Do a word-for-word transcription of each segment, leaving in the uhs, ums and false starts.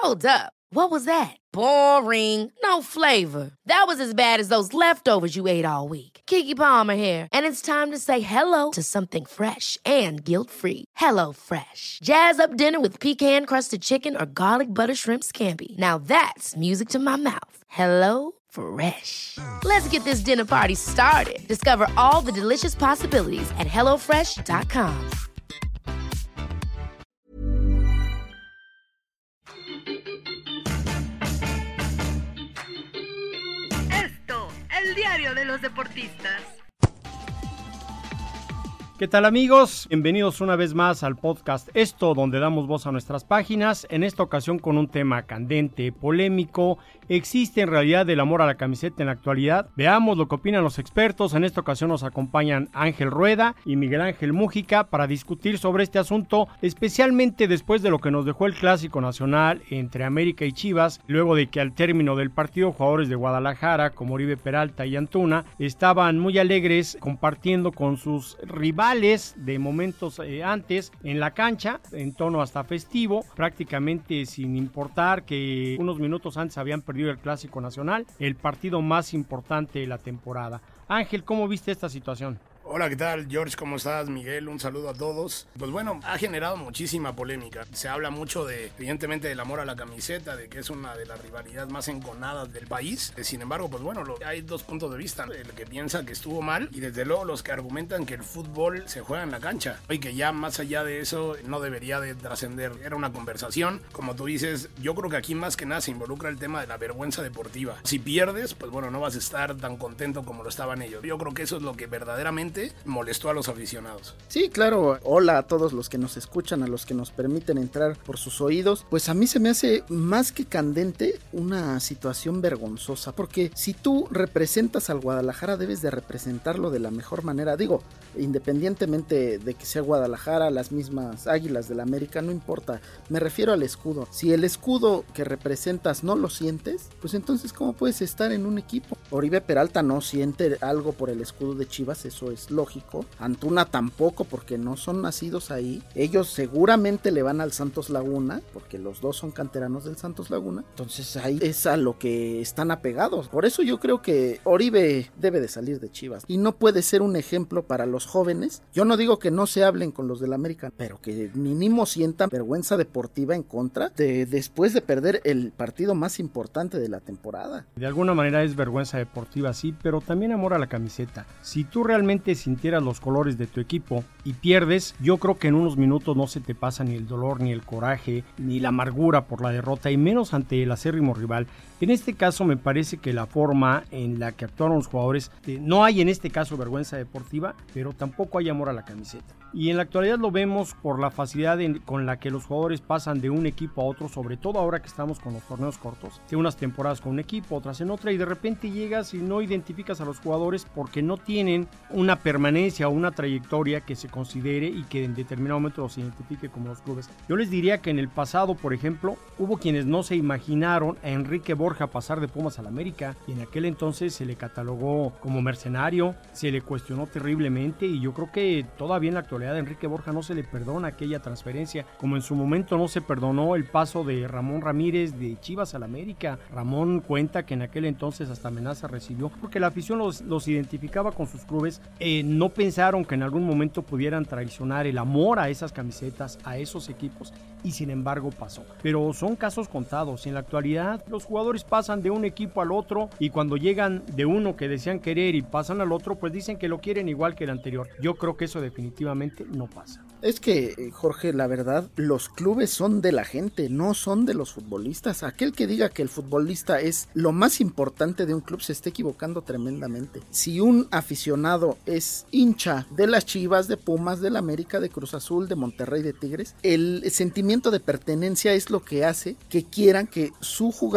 Hold up. What was that? Boring. No flavor. That was as bad as those leftovers you ate all week. Keke Palmer here, and it's time to say hello to something fresh and guilt-free. Hello Fresh. Jazz up dinner with pecan-crusted chicken or garlic butter shrimp scampi. Now that's music to my mouth. Hello Fresh. Let's get this dinner party started. Discover all the delicious possibilities at hello fresh dot com. El diario de los deportistas. ¿Qué tal, amigos? Bienvenidos una vez más al podcast Esto, donde damos voz a nuestras páginas, en esta ocasión con un tema candente, polémico. ¿Existe en realidad el amor a la camiseta en la actualidad? Veamos lo que opinan los expertos. En esta ocasión nos acompañan Ángel Rueda y Miguel Ángel Mújica para discutir sobre este asunto, especialmente después de lo que nos dejó el Clásico Nacional entre América y Chivas, luego de que al término del partido jugadores de Guadalajara como Oribe Peralta y Antuna estaban muy alegres compartiendo con sus rivales de momentos eh, antes en la cancha, en tono hasta festivo, prácticamente sin importar que unos minutos antes habían perdido el Clásico Nacional, el partido más importante de la temporada. Ángel, ¿cómo viste esta situación? Hola, ¿qué tal, George? ¿Cómo estás, Miguel? Un saludo a todos. Pues bueno, ha generado muchísima polémica. Se habla mucho de, evidentemente, del amor a la camiseta, de que es una de las rivalidades más enconadas del país. Sin embargo, pues bueno, lo, hay dos puntos de vista. El que piensa que estuvo mal y desde luego los que argumentan que el fútbol se juega en la cancha y que ya más allá de eso no debería de trascender. Era una conversación. Como tú dices, yo creo que aquí más que nada se involucra el tema de la vergüenza deportiva. Si pierdes, pues bueno, no vas a estar tan contento como lo estaban ellos. Yo creo que eso es lo que verdaderamente molestó a los aficionados. Sí, claro. Hola a todos los que nos escuchan, a los que nos permiten entrar por sus oídos. Pues a mí se me hace más que candente una situación vergonzosa, porque si tú representas al Guadalajara debes de representarlo de la mejor manera. Digo, independientemente de que sea Guadalajara, las mismas Águilas del América, no importa. Me refiero al escudo. Si el escudo que representas no lo sientes, pues entonces ¿cómo puedes estar en un equipo? Oribe Peralta no siente algo por el escudo de Chivas, eso es lógico. Antuna tampoco, porque no son nacidos ahí. Ellos seguramente le van al Santos Laguna, porque los dos son canteranos del Santos Laguna. Entonces ahí es a lo que están apegados. Por eso yo creo que Oribe debe de salir de Chivas y no puede ser un ejemplo para los jóvenes. Yo no digo que no se hablen con los del América, pero que mínimo sientan vergüenza deportiva en contra de después de perder el partido más importante de la temporada. De alguna manera es vergüenza deportiva, sí, pero también amor a la camiseta. Si tú realmente sintieras los colores de tu equipo y pierdes, yo creo que en unos minutos no se te pasa ni el dolor, ni el coraje, ni la amargura por la derrota, y menos ante el acérrimo rival. En este caso me parece que la forma en la que actuaron los jugadores, eh, no hay en este caso vergüenza deportiva, pero tampoco hay amor a la camiseta. Y en la actualidad lo vemos por la facilidad en, con la que los jugadores pasan de un equipo a otro, sobre todo ahora que estamos con los torneos cortos, de unas temporadas con un equipo, otras en otra, y de repente llegas y no identificas a los jugadores porque no tienen una permanencia o una trayectoria que se considere y que en determinado momento los identifique como los clubes. Yo les diría que en el pasado, por ejemplo, hubo quienes no se imaginaron a Enrique Borja pasar de Pumas al América, y en aquel entonces se le catalogó como mercenario, se le cuestionó terriblemente, y yo creo que todavía en la actualidad a Enrique Borja no se le perdona aquella transferencia, como en su momento no se perdonó el paso de Ramón Ramírez de Chivas al América. Ramón cuenta que en aquel entonces hasta amenaza recibió porque la afición los, los identificaba con sus clubes. Eh, no pensaron que en algún momento pudieran traicionar el amor a esas camisetas, a esos equipos, y sin embargo pasó. Pero son casos contados. En la actualidad los jugadores pasan de un equipo al otro, y cuando llegan de uno que desean querer y pasan al otro, pues dicen que lo quieren igual que el anterior. Yo creo que eso definitivamente no pasa. Es que, Jorge, la verdad, los clubes son de la gente, no son de los futbolistas. Aquel que diga que el futbolista es lo más importante de un club se está equivocando tremendamente. Si un aficionado es hincha de las Chivas, de Pumas, del América, de Cruz Azul, de Monterrey, de Tigres, el sentimiento de pertenencia es lo que hace que quieran que su jugador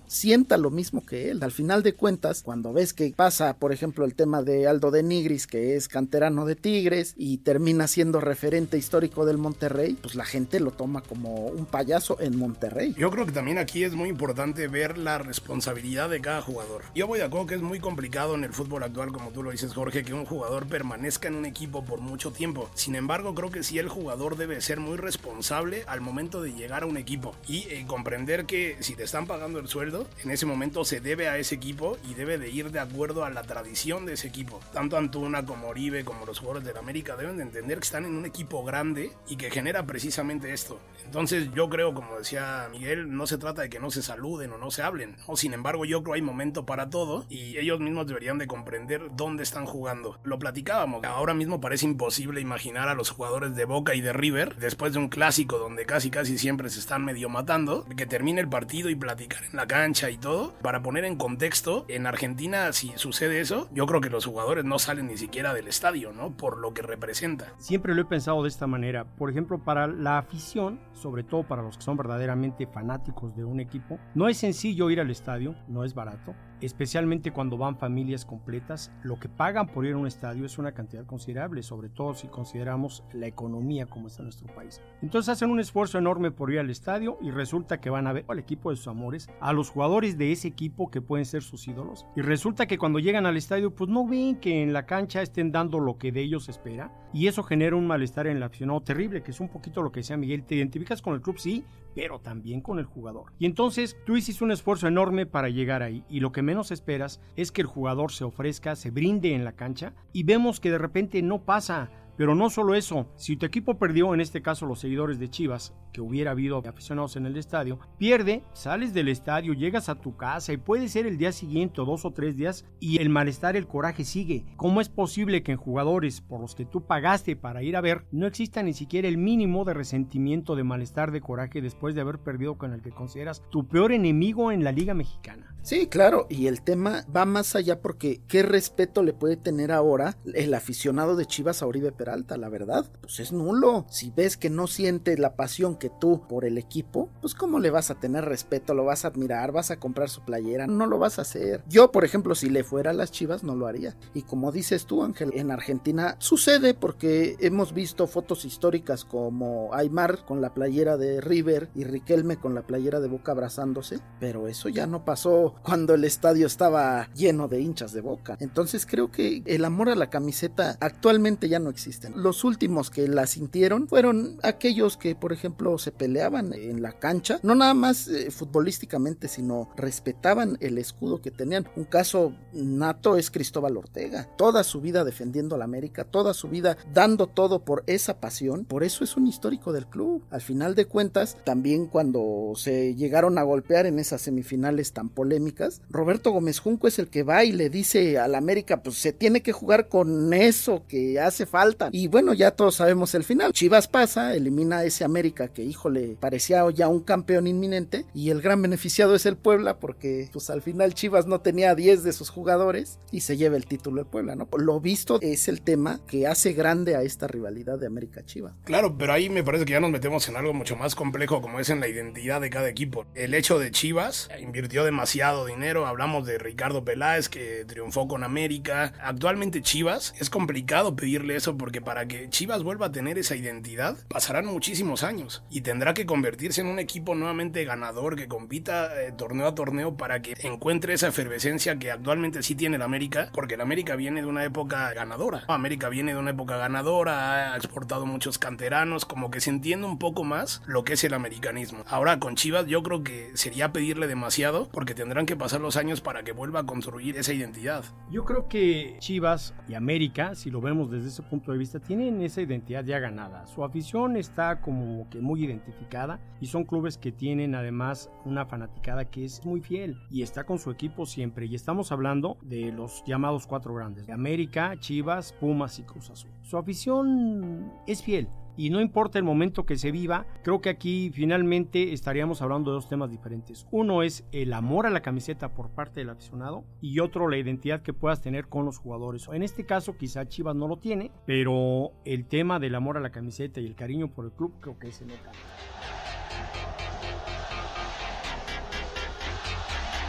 sienta lo mismo que él. Al final de cuentas, cuando ves que pasa, por ejemplo, el tema de Aldo de Nigris, que es canterano de Tigres y termina siendo referente histórico del Monterrey, pues la gente lo toma como un payaso en Monterrey. Yo creo que también aquí es muy importante ver la responsabilidad de cada jugador. Yo voy de acuerdo que es muy complicado en el fútbol actual, como tú lo dices, Jorge, que un jugador permanezca en un equipo por mucho tiempo. Sin embargo, creo que sí el jugador debe ser muy responsable al momento de llegar a un equipo y eh, comprender que si te están pagando el sueldo, en ese momento se debe a ese equipo y debe de ir de acuerdo a la tradición de ese equipo. Tanto Antuna como Oribe, como los jugadores del América deben de entender que están en un equipo grande y que genera precisamente esto. Entonces yo creo, como decía Miguel, no se trata de que no se saluden o no se hablen, ¿no? Sin embargo, yo creo que hay momento para todo y ellos mismos deberían de comprender dónde están jugando. Lo platicábamos, ahora mismo parece imposible imaginar a los jugadores de Boca y de River, después de un clásico donde casi casi siempre se están medio matando, que termine el partido y platicar en la cancha y todo. Para poner en contexto, en Argentina si sucede eso, yo creo que los jugadores no salen ni siquiera del estadio, ¿no? Por lo que representa. Siempre lo he pensado de esta manera. Por ejemplo, para la afición, sobre todo para los que son verdaderamente fanáticos de un equipo, no es sencillo ir al estadio, no es barato, especialmente cuando van familias completas. Lo que pagan por ir a un estadio es una cantidad considerable, sobre todo si consideramos la economía como está en nuestro país. Entonces hacen un esfuerzo enorme por ir al estadio y resulta que van a ver al equipo de sus amores, a los jugadores de ese equipo que pueden ser sus ídolos, y resulta que cuando llegan al estadio pues no ven que en la cancha estén dando lo que de ellos se espera, y eso genera un malestar en el aficionado terrible, que es un poquito lo que decía Miguel. Te identificas con el club, sí, pero también con el jugador. Y entonces tú hiciste un esfuerzo enorme para llegar ahí, y lo que menos esperas es que el jugador se ofrezca, se brinde en la cancha, y vemos que de repente no pasa. Pero no solo eso, si tu equipo perdió, en este caso los seguidores de Chivas, que hubiera habido aficionados en el estadio, pierde, sales del estadio, llegas a tu casa y puede ser el día siguiente o dos o tres días y el malestar, el coraje sigue. ¿Cómo es posible que en jugadores por los que tú pagaste para ir a ver no exista ni siquiera el mínimo de resentimiento, de malestar, de coraje después de haber perdido con el que consideras tu peor enemigo en la Liga Mexicana? Sí, claro, y el tema va más allá porque ¿qué respeto le puede tener ahora el aficionado de Chivas a Oribe Peralta? La verdad, pues es nulo. Si ves que no siente la pasión que tú por el equipo, pues ¿cómo le vas a tener respeto? ¿Lo vas a admirar? ¿Vas a comprar su playera? No lo vas a hacer. Yo, por ejemplo, si le fuera a las Chivas, no lo haría. Y como dices tú, Ángel, en Argentina sucede porque hemos visto fotos históricas como Aymar con la playera de River y Riquelme con la playera de Boca abrazándose, pero eso ya no pasó cuando el estadio estaba lleno de hinchas de Boca. Entonces creo que el amor a la camiseta actualmente ya no existen. Los últimos que la sintieron fueron aquellos que, por ejemplo, se peleaban en la cancha, no nada más eh, futbolísticamente, sino respetaban el escudo que tenían. Un caso nato es Cristóbal Ortega, toda su vida defendiendo a la América, toda su vida dando todo por esa pasión. Por eso es un histórico del club. Al final de cuentas, también cuando se llegaron a golpear en esas semifinales tan polémicas, Roberto Gómez Junco es el que va y le dice al América, pues se tiene que jugar con eso que hace falta. Y bueno, ya todos sabemos el final. Chivas pasa, elimina a ese América que, híjole, parecía ya un campeón inminente, y el gran beneficiado es el Puebla porque pues al final Chivas no tenía diez de sus jugadores y se lleva el título el Puebla, ¿no? Lo visto es el tema que hace grande a esta rivalidad de América-Chivas. Claro, pero ahí me parece que ya nos metemos en algo mucho más complejo, como es en la identidad de cada equipo. El hecho de Chivas invirtió demasiado dinero, hablamos de Ricardo Peláez que triunfó con América. Actualmente Chivas, es complicado pedirle eso porque para que Chivas vuelva a tener esa identidad pasarán muchísimos años y tendrá que convertirse en un equipo nuevamente ganador que compita eh, torneo a torneo para que encuentre esa efervescencia que actualmente sí tiene el América, porque el América viene de una época ganadora. América viene de una época ganadora, ha exportado muchos canteranos, como que se entiende un poco más lo que es el americanismo. Ahora con Chivas yo creo que sería pedirle demasiado porque tendrán que pasar los años para que vuelva a construir esa identidad. Yo creo que Chivas y América, si lo vemos desde ese punto de vista, tienen esa identidad ya ganada. Su afición está como que muy identificada y son clubes que tienen además una fanaticada que es muy fiel y está con su equipo siempre. Y estamos hablando de los llamados cuatro grandes, de América, Chivas, Pumas y Cruz Azul. Su afición es fiel. Y no importa el momento que se viva, creo que aquí finalmente estaríamos hablando de dos temas diferentes. Uno es el amor a la camiseta por parte del aficionado y otro la identidad que puedas tener con los jugadores. En este caso quizá Chivas no lo tiene, pero el tema del amor a la camiseta y el cariño por el club creo que se nota.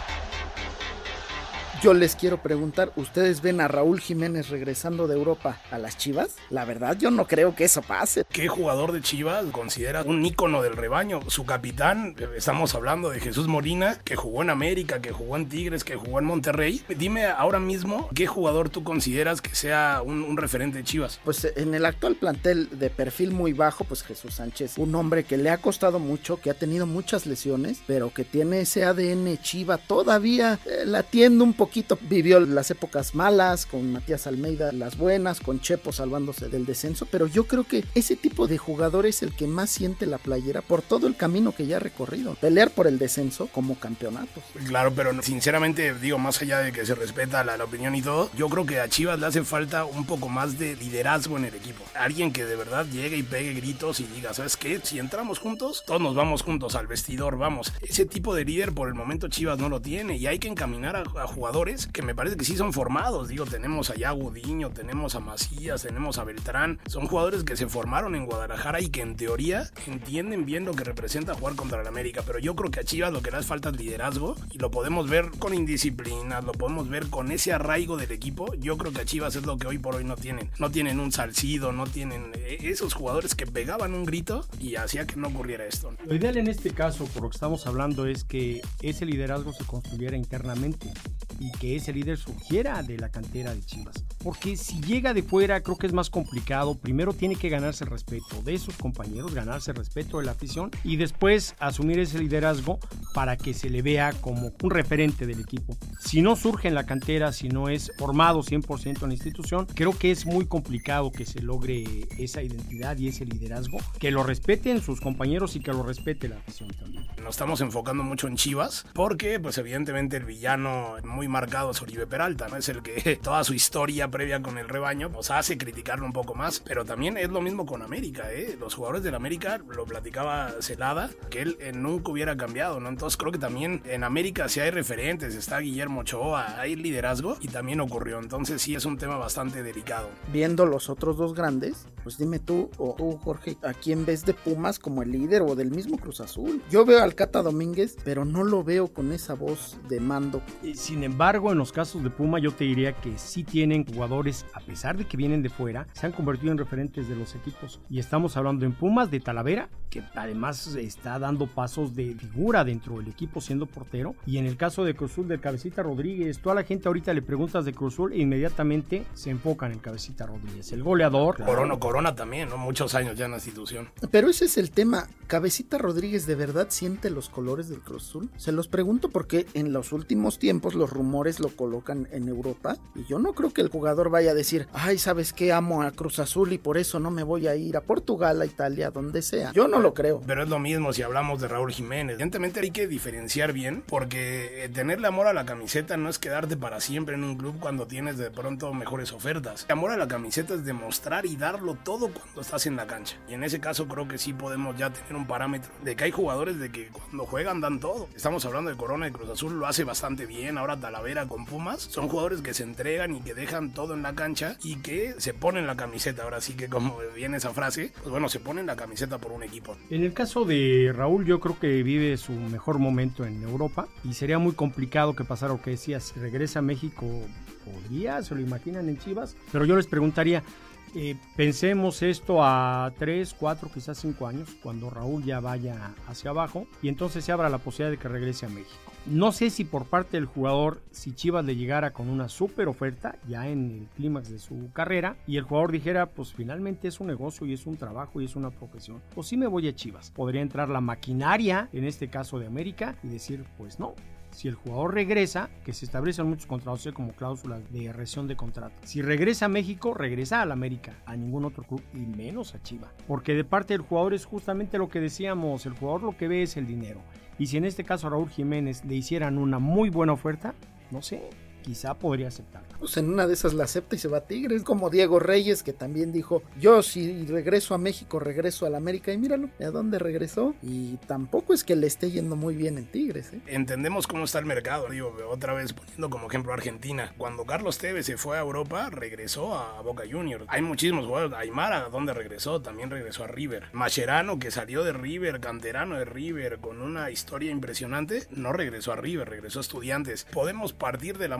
Yo les quiero preguntar, ¿ustedes ven a Raúl Jiménez regresando de Europa a las Chivas? La verdad, yo no creo que eso pase. ¿Qué jugador de Chivas considera un ícono del rebaño? Su capitán, estamos hablando de Jesús Molina, que jugó en América, que jugó en Tigres, que jugó en Monterrey. Dime ahora mismo, ¿qué jugador tú consideras que sea un, un referente de Chivas? Pues en el actual plantel de perfil muy bajo, pues Jesús Sánchez, un hombre que le ha costado mucho, que ha tenido muchas lesiones, pero que tiene ese A D N Chiva, todavía eh, latiendo un poquito. Vivió las épocas malas, con Matías Almeida las buenas, con Chepo salvándose del descenso, pero yo creo que ese tipo de jugador es el que más siente la playera por todo el camino que ya ha recorrido. Pelear por el descenso como campeonato. Claro, pero sinceramente, digo, más allá de que se respeta la, la opinión y todo, yo creo que a Chivas le hace falta un poco más de liderazgo en el equipo. Alguien que de verdad llegue y pegue gritos y diga, ¿sabes qué? Si entramos juntos, todos nos vamos juntos al vestidor, vamos. Ese tipo de líder por el momento Chivas no lo tiene y hay que encaminar a, a jugadores que me parece que sí son formados. Digo, tenemos a Yagudiño, tenemos a Macías, tenemos a Beltrán. Son jugadores que se formaron en Guadalajara y que en teoría entienden bien lo que representa jugar contra el América, pero yo creo que a Chivas lo que le hace falta es liderazgo y lo podemos ver con indisciplina, lo podemos ver con ese arraigo del equipo. Yo creo que a Chivas es lo que hoy por hoy no tienen. No tienen un Salcido, no tienen esos jugadores que pegaban un grito y hacía que no ocurriera esto. Lo ideal en este caso, por lo que estamos hablando, es que ese liderazgo se construyera internamente y que ese líder surgiera de la cantera de Chivas. Porque si llega de fuera, creo que es más complicado. Primero tiene que ganarse el respeto de sus compañeros, ganarse el respeto de la afición y después asumir ese liderazgo para que se le vea como un referente del equipo. Si no surge en la cantera, si no es formado cien por ciento en la institución, creo que es muy complicado que se logre esa identidad y ese liderazgo, que lo respeten sus compañeros y que lo respete la afición también. Nos estamos enfocando mucho en Chivas porque, pues evidentemente el villano muy marcado es Oribe Peralta, ¿no? Es el que toda su historia previa con el rebaño nos hace criticarlo un poco más, pero también es lo mismo con América, ¿eh? Los jugadores del América, lo platicaba Celada, que él eh, nunca hubiera cambiado, ¿no? Entonces creo que también en América sí hay referentes, está Guillermo Ochoa, hay liderazgo y también ocurrió, entonces sí es un tema bastante delicado. Viendo los otros dos grandes, pues dime tú, o tú Jorge, ¿a quién ves de Pumas como el líder o del mismo Cruz Azul? Yo veo al Cata Domínguez, pero no lo veo con esa voz de mando. Sin embargo, en los casos de Puma yo te diría que sí tienen jugadores, a pesar de que vienen de fuera, se han convertido en referentes de los equipos. Y estamos hablando en Pumas de Talavera, que además está dando pasos de figura dentro del equipo siendo portero. Y en el caso de Cruz Azul, del Cabecita Rodríguez, toda la gente ahorita le preguntas de Cruz Azul e inmediatamente se enfoca en el Cabecita Rodríguez, el goleador. Corona, Corona también, ¿no? Muchos años ya en la institución. Pero ese es el tema. ¿Cabecita Rodríguez de verdad siente los colores del Cruz Azul? Se los pregunto porque en los últimos tiempos los rumores lo colocan en Europa y yo no creo que el jugador vaya a decir, ay, ¿sabes qué? Amo a Cruz Azul y por eso no me voy a ir a Portugal, a Italia, donde sea. Yo no lo creo. Pero es lo mismo si hablamos de Raúl Jiménez. Evidentemente hay que diferenciar bien porque tenerle amor a la camiseta no es quedarte para siempre en un club cuando tienes de pronto mejores ofertas. El amor a la camiseta es demostrar y darlo todo cuando estás en la cancha. Y en ese caso creo que sí podemos ya tener un parámetro de que hay jugadores de que cuando juegan dan todo. Estamos hablando de Corona y Cruz Azul, lo hace bastante bien. Ahora Talavera con Pumas. Son jugadores que se entregan y que dejan todo en la cancha y que se ponen la camiseta. Ahora sí que como viene esa frase, pues bueno, se ponen la camiseta por un equipo. En el caso de Raúl, yo creo que vive su mejor momento en Europa y sería muy complicado que pasara lo que decías. Si regresa a México, ¿podría? ¿Se lo imaginan en Chivas? Pero yo les preguntaría, eh, pensemos esto a tres, cuatro, quizás cinco años, cuando Raúl ya vaya hacia abajo y entonces se abra la posibilidad de que regrese a México. No sé si por parte del jugador, si Chivas le llegara con una súper oferta ya en el clímax de su carrera y el jugador dijera, pues finalmente es un negocio y es un trabajo y es una profesión, pues sí me voy a Chivas. Podría entrar la maquinaria, en este caso de América, y decir, pues no. Si el jugador regresa, que se establecen muchos contratos como cláusulas de rescisión de contrato. Si regresa a México, regresa al América, a ningún otro club y menos a Chivas. Porque de parte del jugador es justamente lo que decíamos, el jugador lo que ve es el dinero. Y si en este caso a Raúl Jiménez le hicieran una muy buena oferta, no sé, quizá podría aceptarla. Pues en una de esas la acepta y se va a Tigres, como Diego Reyes, que también dijo, yo si regreso a México, regreso al América, y míralo, ¿a dónde regresó? Y tampoco es que le esté yendo muy bien en Tigres, ¿eh? Entendemos cómo está el mercado, digo, otra vez poniendo como ejemplo Argentina. Cuando Carlos Tevez se fue a Europa, regresó a Boca Juniors. Hay muchísimos jugadores, Aymara, ¿a dónde regresó? También regresó a River. Mascherano, que salió de River, canterano de River, con una historia impresionante, no regresó a River, regresó a Estudiantes. Podemos partir del amor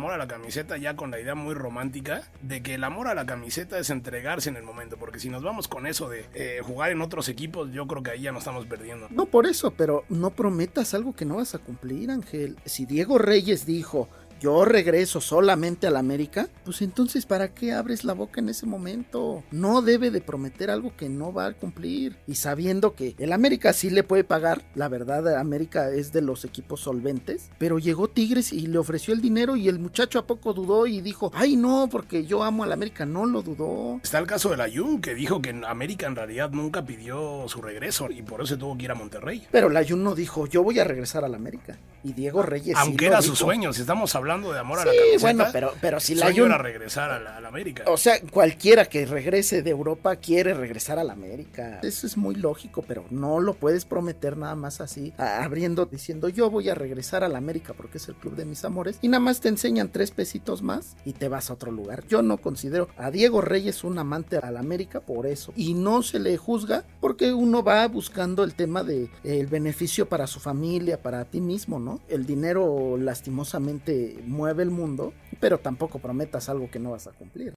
amor a la camiseta ya con la idea muy romántica de que el amor a la camiseta es entregarse en el momento, porque si nos vamos con eso de eh, jugar en otros equipos, yo creo que ahí ya nos estamos perdiendo. No por eso, pero no prometas algo que no vas a cumplir, Ángel. Si Diego Reyes dijo: yo regreso solamente a la América, pues entonces ¿para qué abres la boca en ese momento? No debe de prometer algo que no va a cumplir. Y sabiendo que el América sí le puede pagar, la verdad, América es de los equipos solventes, pero llegó Tigres y le ofreció el dinero y el muchacho a poco dudó y dijo: ay no, porque yo amo a la América. No lo dudó. Está el caso de la Jun, que dijo que América en realidad nunca pidió su regreso y por eso tuvo que ir a Monterrey. Pero la Jun no dijo: yo voy a regresar a la América. Y Diego Reyes aunque sí era lo su dijo. sueño, si estamos hablando de amor sí, a la camiseta. Bueno, pero, pero si la sueño Jun era regresar a la, a la América. O sea, cualquiera que regrese de Europa quiere regresar a la América. Eso es muy lógico, pero no lo puedes prometer nada más así, abriendo, diciendo: yo voy a regresar a la América porque es el club de mis amores, y nada más te enseñan tres pesitos más y te vas a otro lugar. Yo no considero a Diego Reyes un amante a la América por eso, y no se le juzga porque uno va buscando el tema de eh, el beneficio para su familia, para ti mismo, ¿no? El dinero lastimosamente mueve el mundo, pero tampoco prometas algo que no vas a cumplir.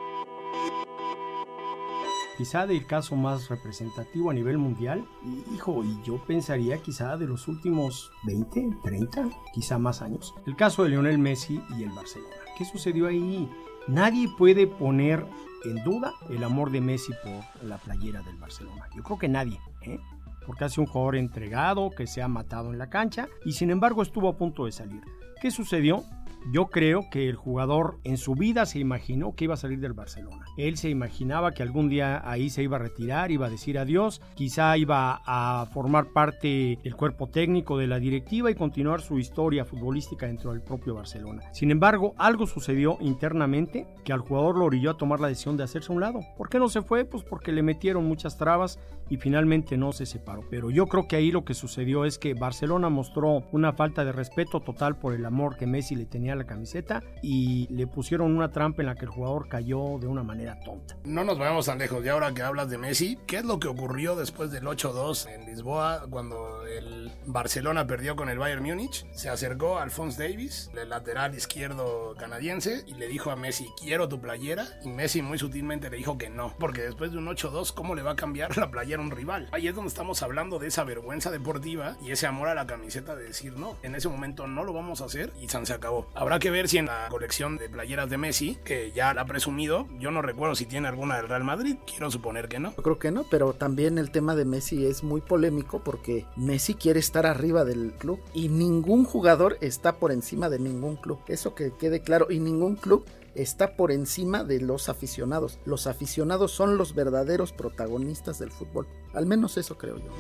Quizá del caso más representativo a nivel mundial, y, hijo, y yo pensaría quizá de los últimos veinte, treinta, quizá más años, el caso de Lionel Messi y el Barcelona. ¿Qué sucedió ahí? Nadie puede poner en duda el amor de Messi por la playera del Barcelona. Yo creo que nadie, ¿eh? Porque hace un jugador entregado que se ha matado en la cancha y sin embargo estuvo a punto de salir. ¿Qué sucedió? Yo creo que el jugador en su vida se imaginó que iba a salir del Barcelona. Él se imaginaba que algún día ahí se iba a retirar, iba a decir adiós, quizá iba a formar parte del cuerpo técnico de la directiva y continuar su historia futbolística dentro del propio Barcelona. Sin embargo, algo sucedió internamente que al jugador lo orilló a tomar la decisión de hacerse a un lado. ¿Por qué no se fue? Pues porque le metieron muchas trabas y finalmente no se separó. Pero yo creo que ahí lo que sucedió es que Barcelona mostró una falta de respeto total por el amor que Messi le tenía a la camiseta y le pusieron una trampa en la que el jugador cayó de una manera tonta. No nos vayamos tan lejos. Y ahora que hablas de Messi, ¿qué es lo que ocurrió después del ocho dos en Lisboa cuando el Barcelona perdió con el Bayern Múnich? Se acercó a Alphonse Davies, el lateral izquierdo canadiense, y le dijo a Messi: quiero tu playera, y Messi muy sutilmente le dijo que no, porque después de un ocho dos, ¿cómo le va a cambiar la playera a un rival? Ahí es donde estamos hablando de esa vergüenza deportiva y ese amor a la camiseta de decir no, en ese momento no lo vamos a hacer y san se acabó. Habrá que ver si en la colección de playeras de Messi, que ya la ha presumido, yo no recuerdo si tiene alguna del Real Madrid, quiero suponer que no. Yo creo que no, pero también el tema de Messi es muy polémico porque Messi quiere estar arriba del club y ningún jugador está por encima de ningún club, eso que quede claro, y ningún club está por encima de los aficionados. Los aficionados son los verdaderos protagonistas del fútbol, al menos eso creo yo.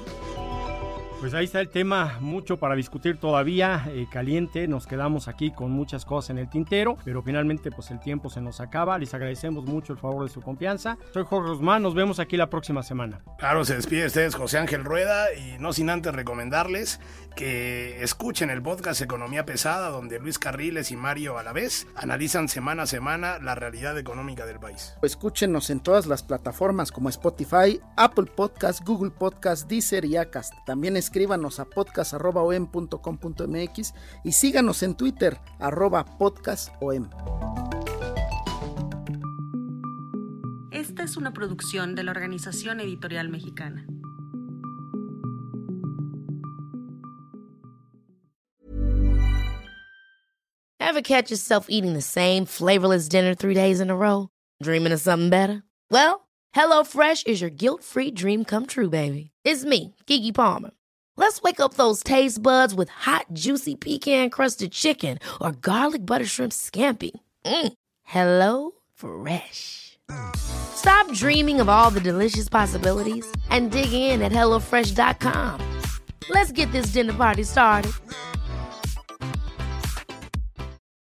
Pues ahí está el tema, mucho para discutir todavía, eh, caliente, nos quedamos aquí con muchas cosas en el tintero, pero finalmente pues el tiempo se nos acaba. Les agradecemos mucho el favor de su confianza. Soy Jorge Guzmán, nos vemos aquí la próxima semana. Claro, se despide de ustedes José Ángel Rueda, y no sin antes recomendarles que escuchen el podcast Economía Pesada, donde Luis Carriles y Mario Alavés analizan semana a semana la realidad económica del país. Escúchenos en todas las plataformas como Spotify, Apple Podcast, Google Podcast, Deezer y Acast. También escríbanos a podcast arroba o m punto com punto m x y síganos en Twitter, arroba podcastom. Esta es una producción de la Organización Editorial Mexicana. Ever catch yourself eating the same flavorless dinner three days in a row? Dreaming of something better? Well, HelloFresh is your guilt-free dream come true, baby. It's me, Keke Palmer. Let's wake up those taste buds with hot, juicy pecan-crusted chicken or garlic butter shrimp scampi. Mm. Hello Fresh. Stop dreaming of all the delicious possibilities and dig in at hello fresh dot com. Let's get this dinner party started.